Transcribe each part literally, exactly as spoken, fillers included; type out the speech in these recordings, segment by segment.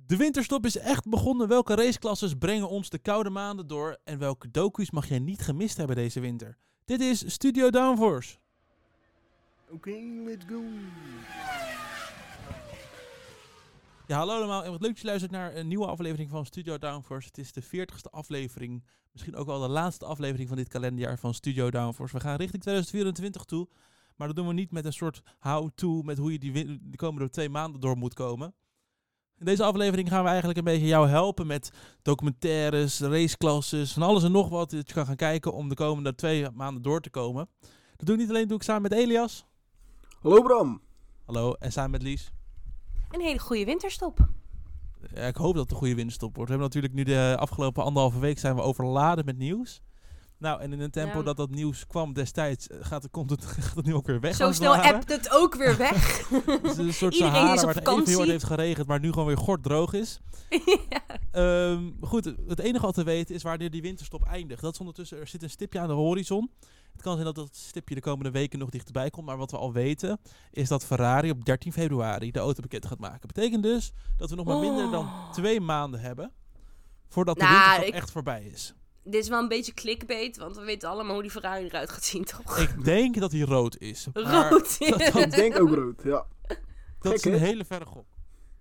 De winterstop is echt begonnen. Welke raceklasses brengen ons de koude maanden door? En welke docu's mag jij niet gemist hebben deze winter? Dit is Studio Downforce. Oké, okay, let's go. Ja, hallo allemaal en wat leuk dat je luistert naar een nieuwe aflevering van Studio Downforce. Het is de veertigste aflevering, misschien ook wel de laatste aflevering van dit kalenderjaar van Studio Downforce. We gaan richting tweeduizend vierentwintig toe, maar dat doen we niet met een soort how-to, met hoe je die win- de komende twee maanden door moet komen. In deze aflevering gaan we eigenlijk een beetje jou helpen met documentaires, raceklasses, van alles en nog wat dat je kan gaan kijken om de komende twee maanden door te komen. Dat doe ik niet alleen, dat doe ik samen met Elias. Hallo Bram. Hallo, en samen met Lies. Een hele goede winterstop. Ja, ik hoop dat het een goede winterstop wordt. We hebben natuurlijk nu de afgelopen anderhalve week zijn we overladen met nieuws. Nou, en in een tempo Ja. dat dat nieuws kwam destijds, gaat het, komt het, gaat het nu ook weer weg. Zo als het snel ware. appt het ook weer weg. Het is een soort Iedereen Sahara is op waar het even heel vakantie. hard heeft geregend, maar nu gewoon weer gorddroog is. Ja. Um, goed, het enige wat te weten is wanneer die winterstop eindigt. Dat is ondertussen, er zit een stipje aan de horizon. Het kan zijn dat dat stipje de komende weken nog dichterbij komt. Maar wat we al weten, is dat Ferrari op dertien februari de auto bekend gaat maken. Betekent dus dat we nog maar minder dan twee maanden hebben voordat de Nou, winterstop ik- echt voorbij is. Dit is wel een beetje clickbait, want we weten allemaal hoe die Ferrari eruit gaat zien, toch? Ik denk dat hij rood is. maar Rood. Dat, dat, Ik denk ook rood, ja. dat is Gek, een hè? hele verre gok.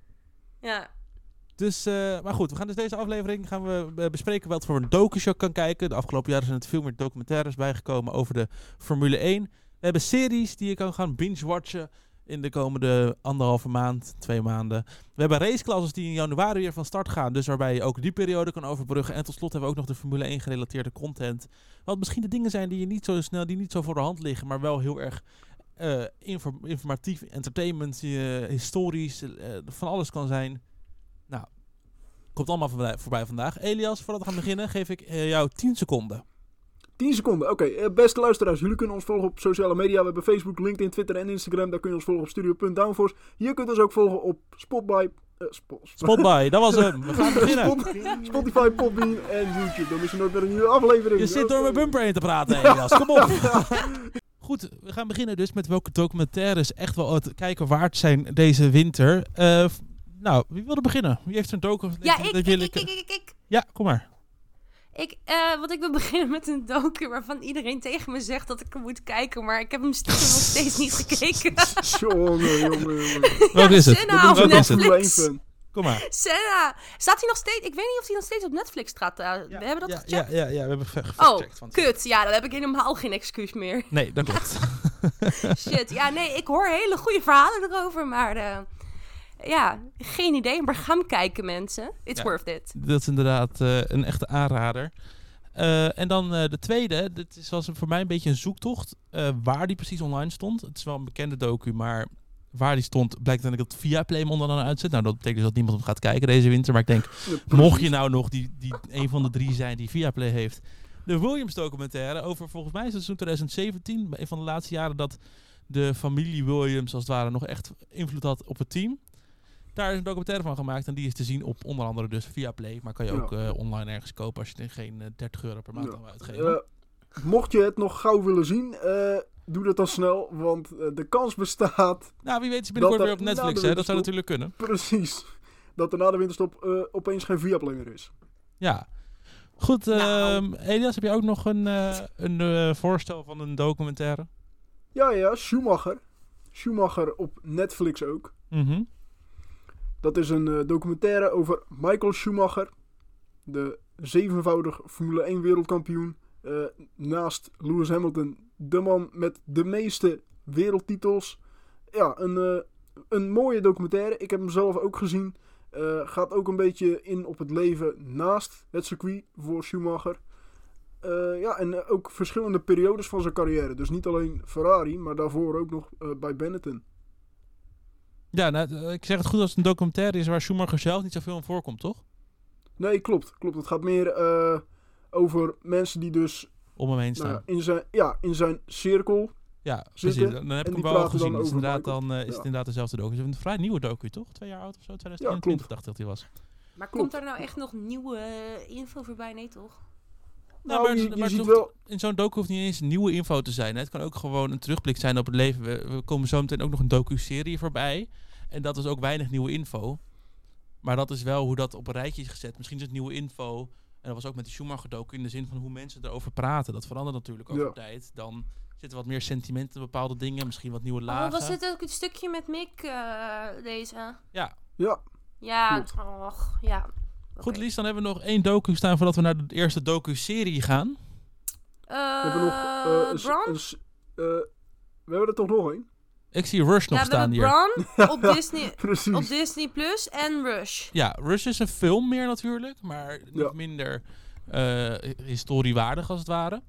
Ja. Dus, uh, maar goed, we gaan dus deze aflevering gaan we uh, bespreken wat voor een docu je kan kijken. De afgelopen jaren zijn er veel meer documentaires bijgekomen over de Formule één. We hebben series die je kan gaan binge-watchen in de komende anderhalve maand, twee maanden. We hebben raceklasses die in januari weer van start gaan, dus waarbij je ook die periode kan overbruggen. En tot slot hebben we ook nog de Formule één gerelateerde content. Wat misschien de dingen zijn die je niet zo snel, die niet zo voor de hand liggen, maar wel heel erg uh, inform- informatief, entertainment, uh, historisch, uh, van alles kan zijn. Nou, komt allemaal voorbij, voorbij vandaag. Elias, voordat we gaan beginnen, geef ik uh, jou tien seconden. tien seconden, oké. Okay. Uh, beste luisteraars, jullie kunnen ons volgen op sociale media. We hebben Facebook, LinkedIn, Twitter en Instagram. Daar kun je ons volgen op studio punt downforce. Je kunt ons ook volgen op Spotify. Uh, spo- Spotby, dat was hem. We gaan beginnen. Spot- Spotify, Podbean en YouTube. Dan mis je nooit meer een nieuwe aflevering. Je zit door mijn Oké. bumper heen te praten, Elias. Kom op. Goed, we gaan beginnen dus met welke documentaires echt wel het kijken waard zijn deze winter. Uh, f- nou, wie wilde beginnen? Wie heeft een docu? Ja, dat ik, wil ik, ik, ik, ik, ik. Ja, kom maar. Ik, uh, want ik wil beginnen met een docu waarvan iedereen tegen me zegt dat ik hem moet kijken, maar ik heb hem stiekem nog steeds niet gekeken. Jongen, jongen, jongen. Welke is het? Senna op Welke is het? Netflix. Fan. Kom maar. Senna. Staat hij nog steeds? Ik weet niet of hij nog steeds op Netflix staat. Uh, we hebben dat ja, gecheckt. ja, ja, ja, we hebben ge- Oh, gecheckt. van- kut. Ja, dan heb ik helemaal geen excuus meer. Nee, dat klopt. Shit. Ja, nee, ik hoor hele goede verhalen erover, maar uh, ja, geen idee. Maar ga hem kijken, mensen. It's Ja. worth it. Dat is inderdaad uh, een echte aanrader. Uh, en dan uh, de tweede, dit is, was voor mij een beetje een zoektocht uh, waar die precies online stond. Het is wel een bekende docu, maar waar die stond blijkt uiteindelijk dat Viaplay hem onderaan uitzet. Nou, dat betekent dus dat niemand hem gaat kijken deze winter. Maar ik denk, mocht je nou nog die, die een van de drie zijn die Viaplay heeft. De Williams documentaire over, volgens mij is het seizoen twintig zeventien, een van de laatste jaren dat de familie Williams als het ware nog echt invloed had op het team. Daar is een documentaire van gemaakt en die is te zien op onder andere dus Viaplay. Maar kan je Ja. ook uh, online ergens kopen als je er geen uh, dertig euro per maand Ja. kan uitgeven. Uh, mocht je het nog gauw willen zien, uh, doe dat dan snel, want uh, de kans bestaat, Nou, wie weet is binnenkort dat weer op er Netflix, na de hè? Dat zou winterstop- natuurlijk kunnen. precies, dat er na de winterstop uh, opeens geen Viaplay meer is. Ja. Goed, uh, Nou. Elias, heb je ook nog een, uh, een uh, voorstel van een documentaire? Ja, ja, Schumacher. Schumacher op Netflix ook. Mhm. Dat is een uh, documentaire over Michael Schumacher, de zevenvoudig Formule één wereldkampioen. Uh, naast Lewis Hamilton, de man met de meeste wereldtitels. Ja, een, uh, een mooie documentaire. Ik heb hem zelf ook gezien. Uh, gaat ook een beetje in op het leven naast het circuit voor Schumacher. Uh, ja, en uh, ook verschillende periodes van zijn carrière. Dus niet alleen Ferrari, maar daarvoor ook nog uh, bij Benetton. Ja, nou, uh, ik zeg het goed als het een documentaire is waar Schumacher zelf niet zoveel in voorkomt, toch? Nee, klopt. klopt. Het gaat meer uh, over mensen die dus Om hem heen nou, staan. ja, in, zijn, ja, in zijn cirkel. Ja, zitten. precies. Dan heb En ik hem die wel praten gezien. dan Het is over inderdaad, Michael. dan uh, is Ja. het inderdaad dezelfde docu. Het is een vrij nieuwe docu, toch? Twee jaar oud of zo? twintig eenentwintig dacht ik dat hij was. Maar Klopt. komt er nou echt nog nieuwe uh, info voorbij? Nee, toch? Nou, maar, je, maar je het ziet hoeft- wel... in zo'n docu hoeft niet eens nieuwe info te zijn. Hè. Het kan ook gewoon een terugblik zijn op het leven. We, we komen zo meteen ook nog een docu-serie voorbij. En dat is ook weinig nieuwe info. Maar dat is wel hoe dat op een rijtje is gezet. Misschien is het nieuwe info. En dat was ook met de Schumacher docu in de zin van hoe mensen erover praten. Dat verandert natuurlijk over Ja. tijd. Dan zitten wat meer sentimenten in bepaalde dingen. Misschien wat nieuwe lagen. Oh, was dit ook het stukje met Mick, uh, deze? Ja. Ja. Ja, Klopt. och, ja. Goed, Oké. Lies, dan hebben we nog één docu staan voordat we naar de eerste docu-serie gaan. Uh, We hebben nog... eh, een s- Bron? een s- eh, we hebben er toch nog één? Ik zie Rush nog Ja, we staan hebben hier. Bron op Disney, Precies. op Disney Plus en Rush. Ja, Rush is een film meer natuurlijk, maar Ja. niet minder eh, historiewaardig als het ware.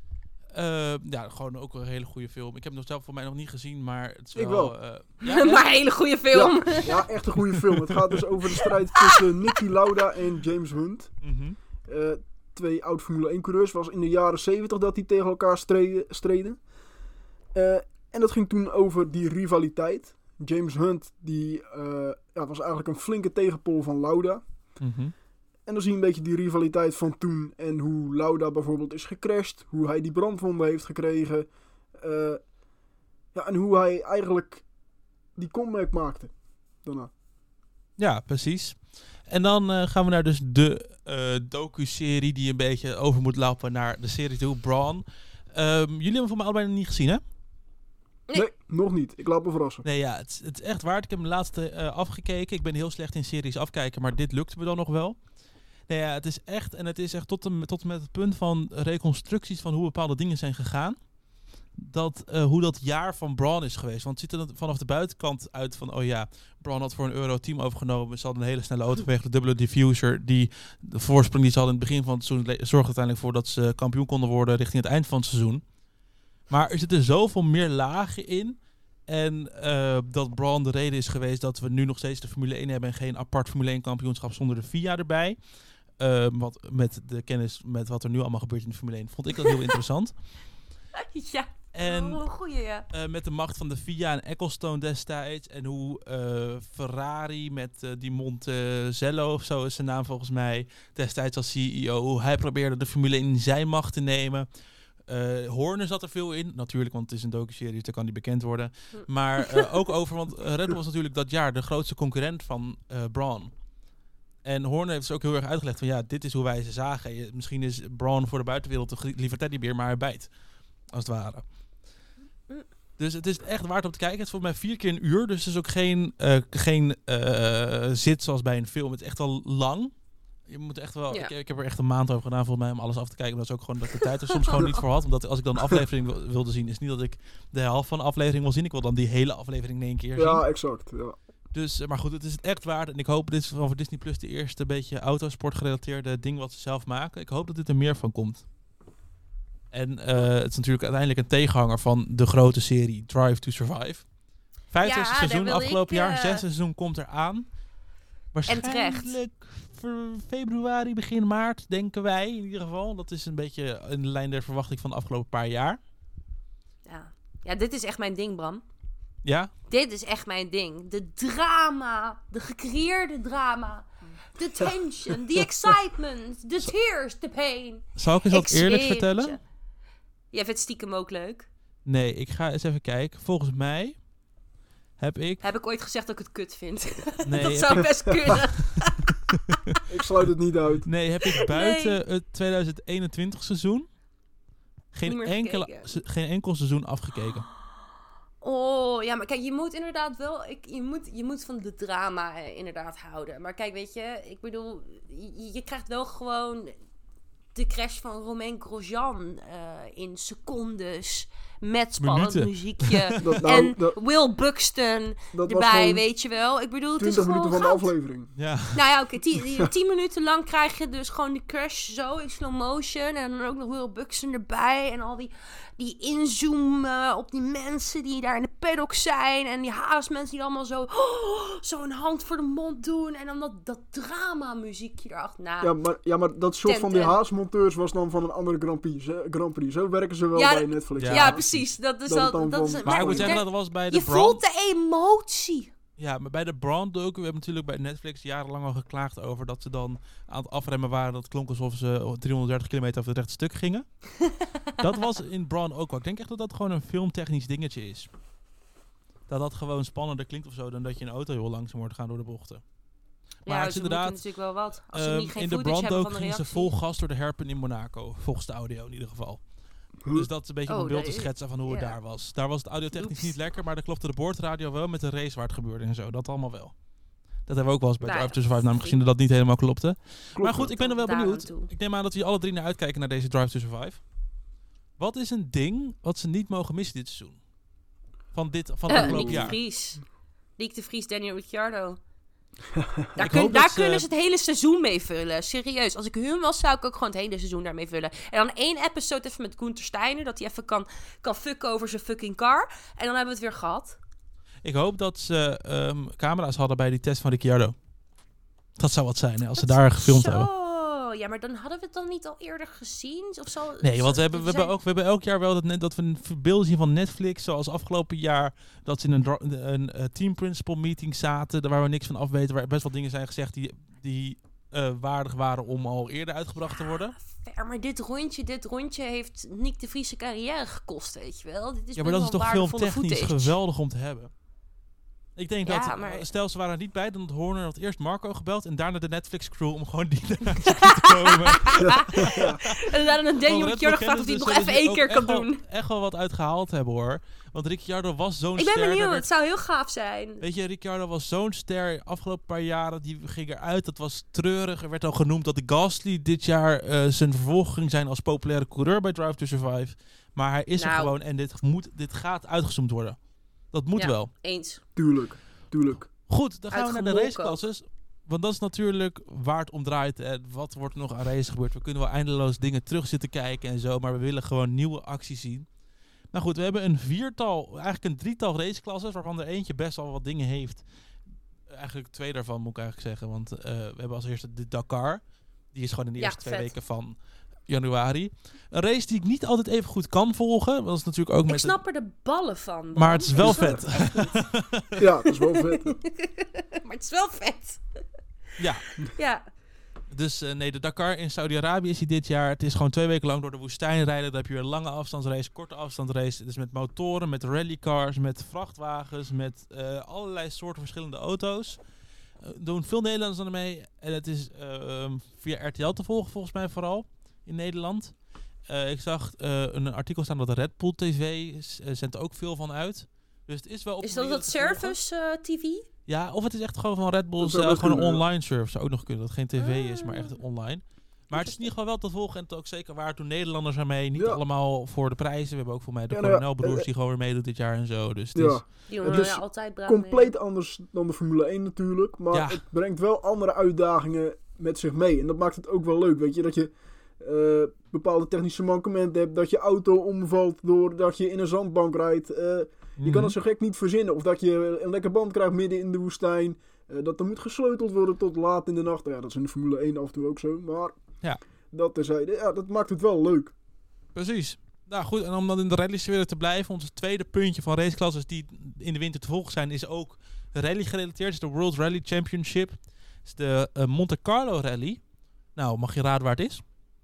Eh, ja, gewoon ook een hele goede film. Ik heb hem nog zelf voor mij nog niet gezien, maar het is Ik wel... wel. eh, ja, maar een hele goede film. Ja, ja, echt een goede film. Het gaat dus over de strijd tussen Niki Lauda en James Hunt. Mhm. Eh, twee oud Formule één coureurs. Was in de jaren zeventig dat die tegen elkaar streden. streden. Eh, en dat ging toen over die rivaliteit. James Hunt die, eh, ja, was eigenlijk een flinke tegenpol van Lauda. Mhm. En dan zie je een beetje die rivaliteit van toen. En hoe Lauda bijvoorbeeld is gecrashed. Hoe hij die brandwonden heeft gekregen. Eh, ja, en hoe hij eigenlijk die comeback maakte daarna. Ja, precies. En dan eh, gaan we naar dus de eh docu-serie die een beetje over moet lappen naar de serie toe, Brawn. Ehm, jullie hebben voor mij allebei nog niet gezien, hè? Nee. Nee, nog niet. Ik laat me verrassen. Nee, ja, het, is- het is echt waard. Ik heb hem laatste eh afgekeken. Ik ben heel slecht in series afkijken, maar dit lukte me dan nog wel. Nee, ja, het is echt, en het is echt tot en, tot en met het punt van reconstructies van hoe bepaalde dingen zijn gegaan. Dat, eh, hoe dat jaar van Brawn is geweest. Want het ziet er vanaf de buitenkant uit van, oh ja, Brawn had voor een euro team overgenomen. Ze hadden een hele snelle auto vanwege de dubbele diffuser. Die de voorsprong die ze hadden in het begin van het seizoen le- zorgde uiteindelijk voor dat ze kampioen konden worden richting het eind van het seizoen. Maar er zitten zoveel meer lagen in. En eh, dat Brawn de reden is geweest dat we nu nog steeds de Formule één hebben en geen apart Formule één kampioenschap zonder de F I A erbij. Uh, wat met de kennis met wat er nu allemaal gebeurt in de Formule één vond ik dat heel interessant. Ja, En oh, een goeie, ja. uh, met de macht van de F I A en Ecclestone destijds. En hoe uh, Ferrari met uh, die Monticello of zo is zijn naam volgens mij. Destijds als C E O. Hoe hij probeerde de Formule één in zijn macht te nemen. Uh, Horner zat er veel in. Natuurlijk, want het is een docu-serie, dus dan kan die bekend worden. Maar uh, ook over, want Red Bull was natuurlijk dat jaar de grootste concurrent van uh, Brawn. En Horner heeft dus ook heel erg uitgelegd van ja, dit is hoe wij ze zagen. Je, misschien is Brawn voor de buitenwereld een liever teddybeer, maar hij bijt. Als het ware. Dus het is echt waard om te kijken. Het is volgens mij vier keer een uur. Dus het is ook geen, uh, geen uh, zit zoals bij een film. Het is echt al lang. Je moet echt wel. Ja. Ik, ik heb er echt een maand over gedaan volgens mij om alles af te kijken. Dat is ook gewoon dat ik de tijd er soms gewoon niet voor had. Omdat als ik dan een aflevering wilde zien, is niet dat ik de helft van de aflevering wil zien. Ik wil dan die hele aflevering in één keer zien. Ja, exact. Ja. Dus, maar goed, het is het echt waard. En ik hoop, dit is van Disney Plus de eerste beetje autosport gerelateerde ding wat ze zelf maken. Ik hoop dat dit er meer van komt. En uh, het is natuurlijk uiteindelijk een tegenhanger van de grote serie Drive to Survive. Vijfde ja, seizoen afgelopen ik, uh... jaar. Zesde seizoen komt eraan. Waarschijnlijk februari, begin maart, denken wij in ieder geval. Dat is een beetje in de lijn der verwachting van de afgelopen paar jaar. Ja, ja dit is echt mijn ding, Bram. Ja? Dit is echt mijn ding. De drama, de gecreëerde drama. De tension, de excitement, de tears, de pain. Zal ik eens wat eerlijk vertellen? Je. Jij vindt stiekem ook leuk? Nee, ik ga eens even kijken. Volgens mij heb ik... Heb ik ooit gezegd dat ik het kut vind? Nee, dat zou ik... best kunnen. Ik sluit het niet uit. Nee, heb ik buiten nee. het tweeduizend eenentwintig seizoen geen, enkele, se- geen enkel seizoen afgekeken. Oh, ja, maar kijk, je moet inderdaad wel... Ik, je, moet, je moet van de drama eh, inderdaad houden. Maar kijk, weet je, ik bedoel... Je, je krijgt wel gewoon de crash van Romain Grosjean uh, in secondes... Met spannend Minuten. muziekje. Dat, nou, en dat, Will Buxton dat erbij, weet je wel. Ik bedoel, het is gewoon minuten van goud. de aflevering. Ja. Nou ja, oké. Okay, tien, tien minuten lang krijg je dus gewoon die crash zo in slow motion. En dan ook nog Will Buxton erbij. En al die, die inzoom uh, op die mensen die daar in de paddock zijn. En die haasmensen die allemaal zo, oh, zo een hand voor de mond doen. En dan dat, dat drama muziekje erachter. Nou, ja, maar, ja, maar dat shot ten, van die ten. haasmonteurs was dan van een andere Grand Prix. Grand Prix. Zo werken ze wel ja, bij Netflix. Ja, ja precies. Dat is dat dat, dat is, Maar, maar ik moet zeggen, er, dat was bij de je Brawn... voelt de emotie. Ja, maar bij de Brawn docu, we hebben natuurlijk bij Netflix jarenlang al geklaagd over dat ze dan aan het afremmen waren. Dat het klonk alsof ze driehonderddertig kilometer over het rechte stuk gingen. Dat was in Brawn ook wel. Ik denk echt dat dat gewoon een filmtechnisch dingetje is. Dat dat gewoon spannender klinkt of zo dan dat je een auto heel langzaam wordt gaan door de bochten. Maar het is ze inderdaad, moeten natuurlijk wel wat. Als ze um, niet geen in de footage hebben brand van ook de gingen ze reactie. vol gas door de hairpin in Monaco. Volgens de audio in ieder geval. Dus dat is een beetje om Oh, een beeld te nee. schetsen van hoe het Ja. daar was. Daar was het audiotechnisch Oeps. niet lekker, maar daar klopte de boordradio wel met de race waar het gebeurde en zo. Dat allemaal wel. Dat hebben we ook wel eens bij Nou, Drive to Survive namelijk dat gezien dat dat niet helemaal klopte. Klopt, Maar goed, ja. ik ben er wel Daar benieuwd. aan toe. Ik neem aan dat we alle drie naar uitkijken naar deze Drive to Survive. Wat is een ding wat ze niet mogen missen dit seizoen? Van dit van het Eh, afgelopen Nick de jaar. Vries. Nick de Vries, Daniel Ricciardo. Ik Daar, kun- hoop daar dat ze- kunnen ze het hele seizoen mee vullen. Serieus. Als ik hun was, zou ik ook gewoon het hele seizoen daarmee vullen. En dan één episode even met Gunther Steiner. Dat hij even kan, kan fucken over zijn fucking car. En dan hebben we het weer gehad. Ik hoop dat ze ehm, camera's hadden bij die test van Ricciardo. Dat zou wat zijn, hè, als ze daar gefilmd Zo. hebben. Ja, maar dan hadden we het dan niet al eerder gezien? Of zo? Nee, want we hebben, we, zijn- hebben ook, we hebben elk jaar wel dat, net, dat we een beeld zien van Netflix. Zoals afgelopen jaar dat ze in een, dra- een, een, eh, team principal meeting zaten. Waar we niks van af weten. Waar best wel dingen zijn gezegd die, die uh, waardig waren om al eerder uitgebracht te worden. Ver, maar dit rondje, dit rondje heeft Nick de Vries zijn carrière gekost, weet je wel. Dit is Ja, maar dat is best toch wel waardevolle filmtechnisch footage. geweldig om te hebben. Ik denk Ja, dat, maar- stel ze waren er niet bij, dan had Horner had eerst Marco gebeld en daarna de Netflix crew om gewoon die naar het circuit te komen. En daarna een Daniel Van Red Ricciardo Bull gevraagd of hij het nog kennen even ze één ook keer echt kan wel- doen. Echt wel wat uitgehaald hebben hoor. Want Ricciardo was zo'n Ik ben ster. daar benieuwd, werd- het zou heel gaaf zijn. Weet je, Ricciardo was zo'n ster afgelopen paar jaren. Die ging eruit. Dat was treurig. Er werd al genoemd dat de Gasly dit jaar uh, zijn vervolg ging zijn als populaire coureur bij Drive to Survive. Maar hij is er Nou. gewoon en dit, moet, dit gaat uitgezoomd worden. Dat moet Ja. wel. Eens. Tuurlijk, tuurlijk. Goed, dan gaan we naar de Uitgemolken. raceklasses. Want dat is natuurlijk waar het om draait. Hè. Wat wordt er nog aan race gebeurd? We kunnen wel eindeloos dingen terug zitten kijken en zo. Maar we willen gewoon nieuwe acties zien. Nou goed, we hebben een viertal, eigenlijk een drietal raceklasses. Waarvan er eentje best wel wat dingen heeft. Eigenlijk twee daarvan moet ik eigenlijk zeggen. Want uh, we hebben als eerste de Dakar. Die is gewoon in de Ja, eerste twee vet. weken van januari. Een race die ik niet altijd even goed kan volgen. Dat is natuurlijk ook Ik met snap er de ballen van. man. Maar het is wel Ik snap vet. het echt niet. Ja, dat is wel vet. Maar het is wel vet. Ja. Ja. Dus uh, nee, de Dakar in Saudi-Arabië is hij dit jaar. Het is gewoon twee weken lang door de woestijn rijden. Dan heb je weer een lange afstandsrace, korte afstandsrace. Dus met motoren, met rallycars, met vrachtwagens, met uh, allerlei soorten verschillende auto's. Uh, doen veel Nederlanders dan mee. En het is uh, um, via R T L te volgen volgens mij vooral in Nederland. Uh, ik zag uh, een artikel staan dat de Red Bull T V uh, zendt ook veel van uit. Dus het is wel op Is een dat manier dat te volgen. service uh, T V? Ja, of het is echt gewoon van Red Bull Dat zou zelf, ook gewoon een kunnen, ja. online service. Zou ook nog kunnen, dat het geen tv is, maar Ah. echt online. Maar het is in ieder geval wel te volgen en het ook zeker waar. Toen Nederlanders aan mee, niet Ja. allemaal voor de prijzen. We hebben ook voor mij de Ja, nou ja, Coronel-broers eh, die gewoon weer meedoen dit jaar en zo. Dus het Ja. is, Die Het doen is er altijd braaf Compleet anders dan de Formule één natuurlijk. Maar Ja. het brengt wel andere uitdagingen met zich mee. En dat maakt het ook wel leuk, weet je. Dat je eh, bepaalde technische mankementen hebt. Dat je auto omvalt doordat je in een zandbank rijdt. Eh, Je kan het zo gek niet verzinnen. Of dat je een lekker band krijgt midden in de woestijn. Uh, dat er moet gesleuteld worden tot laat in de nacht. Ja, dat is in de Formule één af en toe ook zo. Maar Ja. dat terzijde. Ja, dat maakt het wel leuk. Precies. Nou goed, en om dan in de rally-sfeer te blijven. Ons tweede puntje van raceklasses die in de winter te volgen zijn, is ook rally gerelateerd. Het is de World Rally Championship. Het is de uh, Monte Carlo Rally. Nou, mag je raden waar het is?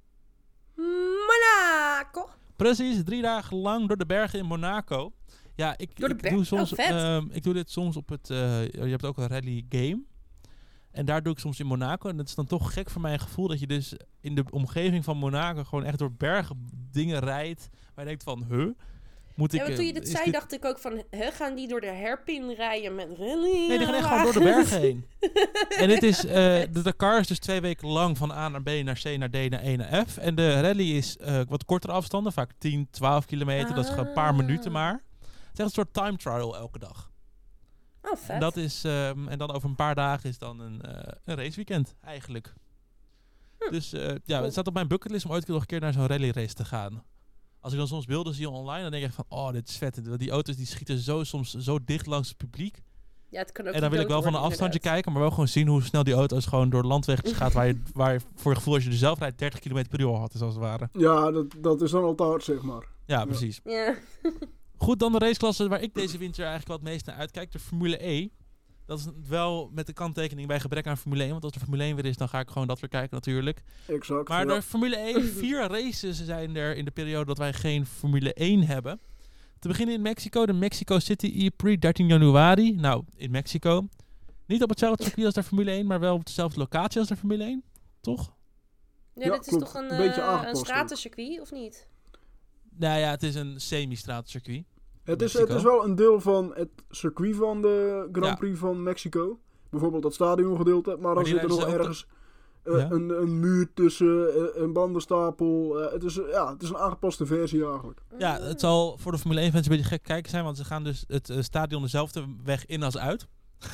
Monaco. Precies, drie dagen lang door de bergen in Monaco. Ja, ik, Door de ik berg- doe soms, oh, vet. ehm, ik doe dit soms op het. Uh, je hebt ook een rally game. En daar doe ik soms in Monaco. En het is dan toch gek voor mijn gevoel dat je dus in de omgeving van Monaco gewoon echt door bergen dingen rijdt. Waar je denkt van, huh? Moet ik, Ja, maar toen je uh, dit is zei, dit- dacht ik ook van... Hè, gaan die door de hairpin rijden met rally? Nee, die gaan echt gewoon door de bergen heen. En dit is, uh, de Dakar is dus twee weken lang van A naar B naar C naar D naar E naar F. En de rally is uh, wat kortere afstanden, vaak tien, twaalf kilometer. Dat is gewoon een paar Ah. minuten maar. Het is echt een soort time trial elke dag. Oh, vet. En, dat is, um, en dan over een paar dagen is dan een, uh, een raceweekend eigenlijk. Hm. Dus uh, ja, Cool. het staat op mijn bucketlist om ooit nog een keer naar zo'n rally race te gaan. Als ik dan soms beelden zie online, dan denk ik van, oh, dit is vet. Die auto's die schieten zo soms zo dicht langs het publiek. Ja, het kan ook En dan wil ik wel van een dood afstandje worden, kijken, maar wel gewoon zien hoe snel die auto's gewoon door landwegjes gaat, waar je, waar je voor je gevoel als je er zelf rijdt dertig kilometer per uur had, is als het ware. Ja, dat, dat is dan al te hard, zeg maar. Ja, precies. inderdaad. Ja. Goed, dan de raceklasse waar ik deze winter eigenlijk wat meest naar uitkijk, de Formule E. Dat is wel met de kanttekening bij gebrek aan Formule één, want als de Formule één weer is, dan ga ik gewoon dat weer kijken natuurlijk. Exact. Maar ja. de Formule één, vier races zijn er in de periode dat wij geen Formule één hebben. Te beginnen in Mexico, de Mexico City E-Prix, dertien januari. Nou, in Mexico. Niet op hetzelfde circuit als de Formule één, maar wel op dezelfde locatie als de Formule één. Toch? Ja, Ja, dit is klopt. toch een, Een beetje uh, aangepast een ook. stratencircuit, of niet? Nou ja, het is een semi-straatcircuit. Het is, Mexico. het is wel een deel van het circuit van de Grand Ja. Prix van Mexico. Bijvoorbeeld dat stadiongedeelte. Maar dan die zit er nog rijden ze ook ergens eh, Ja. een, een muur tussen, eh, een bandenstapel. Eh, het, is, eh, ja, het is een aangepaste versie eigenlijk. Ja, het zal voor de Formule één fans een beetje gek kijken zijn, want ze gaan dus het uh, stadion dezelfde weg in als uit.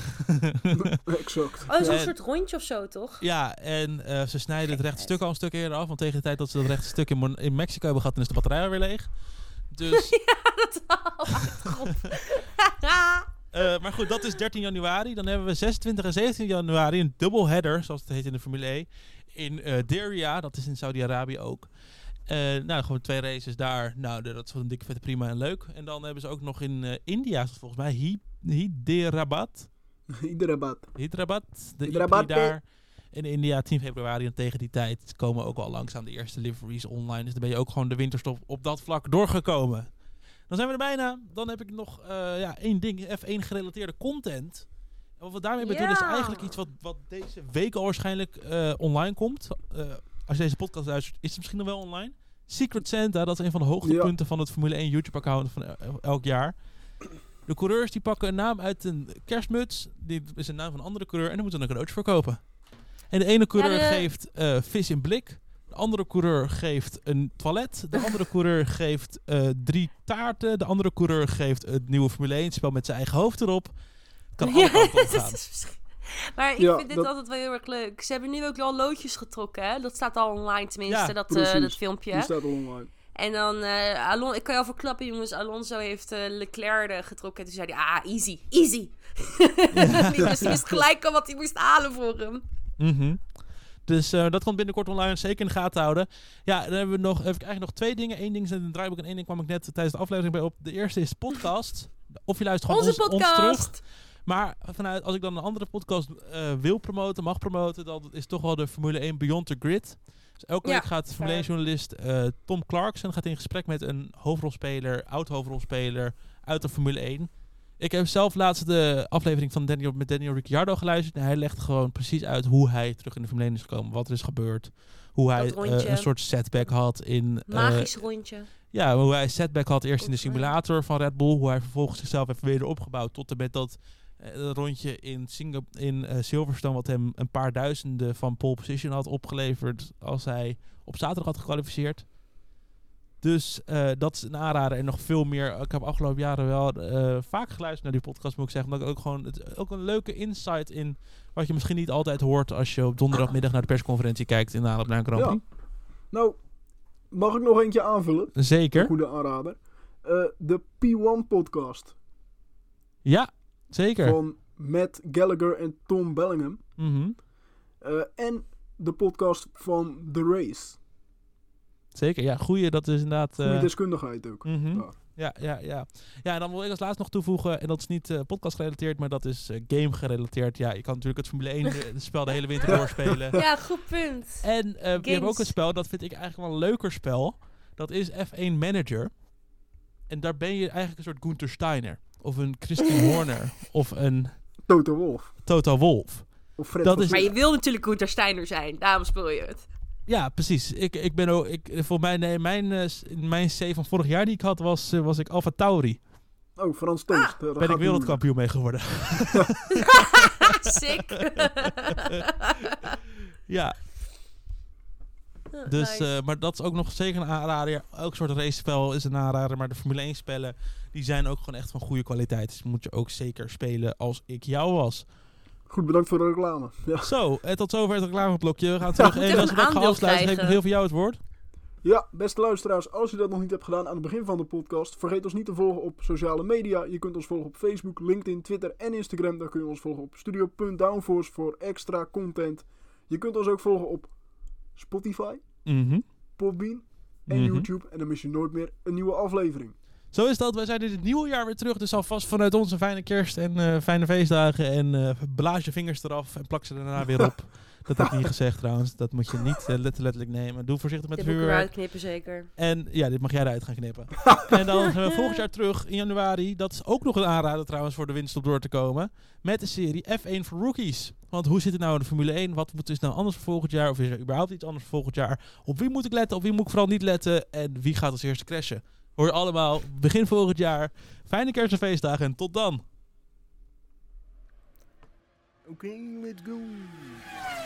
Exact. Oh, zo'n En- soort rondje of zo, toch? Ja, en uh, ze snijden het rechte Gekheid. stuk al een stuk eerder af, want tegen de tijd dat ze dat rechte stuk in, Mon- in Mexico hebben gehad, dan is de batterij alweer leeg. Dus, Dat oh, God. uh, maar goed, dat is dertien januari. Dan hebben we zesentwintig en zeventien januari een doubleheader, zoals het heet in de Formule E, in uh, Diriyah, dat is in Saudi-Arabië ook. Uh, nou, gewoon twee races daar. Nou, dat is wel een dikke vette prima en leuk. En dan hebben ze ook nog in uh, India, is het volgens mij, Hy- Hyderabad. Hyderabad. Hyderabad, de Hyderabad, I P daar in India, tien februari. En tegen die tijd komen ook al langzaam de eerste liveries online. Dus dan ben je ook gewoon de winterstop op dat vlak doorgekomen. Dan zijn we er bijna. Dan heb ik nog uh, ja, één ding, F één gerelateerde content. En wat we daarmee Ja. bedoelen is eigenlijk iets wat, wat deze week al waarschijnlijk uh, online komt. Uh, als je deze podcast luistert, is het misschien nog wel online. Secret Santa, dat is een van de hoogtepunten ja. van het Formule één YouTube-account van elk jaar. De coureurs die pakken een naam uit een kerstmuts. Die is een naam van een andere coureur. En dan moeten ze een cadeautje verkopen. En de ene coureur Ja, de... geeft uh, vis in blik. De andere coureur geeft een toilet. De andere coureur geeft uh, drie taarten. De andere coureur geeft het nieuwe Formule één spel met zijn eigen hoofd erop. Het kan alle kanten op gaan. Maar ik Ja, vind dit dat... altijd wel heel erg leuk. Ze hebben nu ook al loodjes getrokken, hè? Dat staat al online tenminste, Ja, dat, uh, dat filmpje. Die staat al online. En dan, uh, Alon- ik kan je al verklappen, jongens. Alonso heeft uh, Leclerc uh, getrokken. En toen zei hij, ah, easy, easy. Ja. Die wist, wist gelijk al wat hij moest halen voor hem. Mm-hmm. Dus uh, dat komt binnenkort online, zeker in de gaten houden. Ja, dan hebben we nog, heb ik eigenlijk nog twee dingen. Eén ding is in het draaiboek en één ding kwam ik net tijdens de aflevering bij op. De eerste is podcast. Of je luistert gewoon Onze ons, podcast. ons terug. Maar vanuit, als ik dan een andere podcast uh, wil promoten, mag promoten, dan is toch wel de Formule één Beyond the Grid. Dus elke Ja, week gaat Formule één journalist uh, Tom Clarkson gaat in gesprek met een hoofdrolspeler, oud-hoofdrolspeler uit de Formule één. Ik heb zelf laatst de aflevering van Daniel, met Daniel Ricciardo geluisterd. En hij legt gewoon precies uit hoe hij terug in de Formule één is gekomen. Wat er is gebeurd. Hoe hij uh, een soort setback had in... Magisch uh, rondje. Ja, hoe hij setback had eerst in de simulator van Red Bull. Hoe hij vervolgens zichzelf heeft weer opgebouwd tot en met dat uh, rondje in, Singap- in uh, Silverstone. Wat hem een paar duizenden van pole position had opgeleverd als hij op zaterdag had gekwalificeerd. Dus uh, dat is een aanrader en nog veel meer. Ik heb afgelopen jaren wel uh, vaak geluisterd naar die podcast, moet ik zeggen. Omdat ik ook gewoon het, ook een leuke insight in wat je misschien niet altijd hoort als je op donderdagmiddag naar de persconferentie kijkt in de aanloop naar een Grand Prix. Ja. Nou, mag ik nog eentje aanvullen? Zeker. Een goede aanrader. Uh, de P één podcast. Ja, zeker. Van Matt Gallagher en Tom Bellingham. Mm-hmm. Uh, en de podcast van The Race. Zeker, ja, goeie, dat is inderdaad... Goede uh, deskundigheid ook. Mm-hmm. Ja. Ja, ja, ja. Ja, en dan wil ik als laatste nog toevoegen, en dat is niet uh, podcast gerelateerd, maar dat is uh, game gerelateerd. Ja, je kan natuurlijk het Formule één uh, spel de hele winter doorspelen. Ja, goed punt. En uh, we hebben ook een spel, dat vind ik eigenlijk wel een leuker spel. Dat is F één Manager. En daar ben je eigenlijk een soort Gunther Steiner. Of een Christian Horner. Of een... Toto Wolff. Toto Wolff. Of Fred Dat van is- Maar je wil natuurlijk Gunther Steiner zijn. Daarom speel je het. Ja, precies. Ik, ik ben ook... Ik, voor mij, nee, mijn, uh, s- mijn C van vorig jaar die ik had, was, uh, was ik Alfa Tauri. Oh, Frans Toost. Ah, Uh, dat Ben ik gaat wereldkampioen mee geworden. Sick. Ja, Oh, dus, nice. uh, maar dat is ook nog zeker een aanrader. Elk soort racespel is een aanrader. Maar de Formule één spellen, die zijn ook gewoon echt van goede kwaliteit. Dus die moet je ook zeker spelen als ik jou was. Goed, bedankt voor de reclame. Ja. Zo, en tot zover het reclameblokje. We gaan terug. moet En even als we een dat gaan aandeel afsluiten, geef ik krijgen. heel veel jou het woord. Ja, beste luisteraars, als je dat nog niet hebt gedaan aan het begin van de podcast, vergeet ons niet te volgen op sociale media. Je kunt ons volgen op Facebook, LinkedIn, Twitter en Instagram. Daar kun je ons volgen op studio punt downforce voor extra content. Je kunt ons ook volgen op Spotify, Mhm. Podbean en Mhm. YouTube. En dan mis je nooit meer een nieuwe aflevering. Zo is dat. Wij zijn in het nieuwe jaar weer terug. Dus alvast vanuit ons een fijne kerst en uh, fijne feestdagen. En uh, blaas je vingers eraf en plak ze daarna weer op. Dat heb ik niet gezegd trouwens. Dat moet je niet uh, letterlijk nemen. Doe voorzichtig met Dit het moet ik eruit vuurwerk. knippen, zeker. En ja, dit mag jij eruit gaan knippen. En dan zijn we volgend jaar terug in januari. Dat is ook nog een aanrader trouwens voor de winst op door te komen. Met de serie F één voor Rookies. Want hoe zit het nou in de Formule één? Wat moet is nou anders voor volgend jaar? Of is er überhaupt iets anders voor volgend jaar? Op wie moet ik letten? Op wie moet ik vooral niet letten? En wie gaat als eerste crashen? Hoor je allemaal begin volgend jaar. Fijne kerst- en feestdagen en tot dan. Oké, okay, let's go.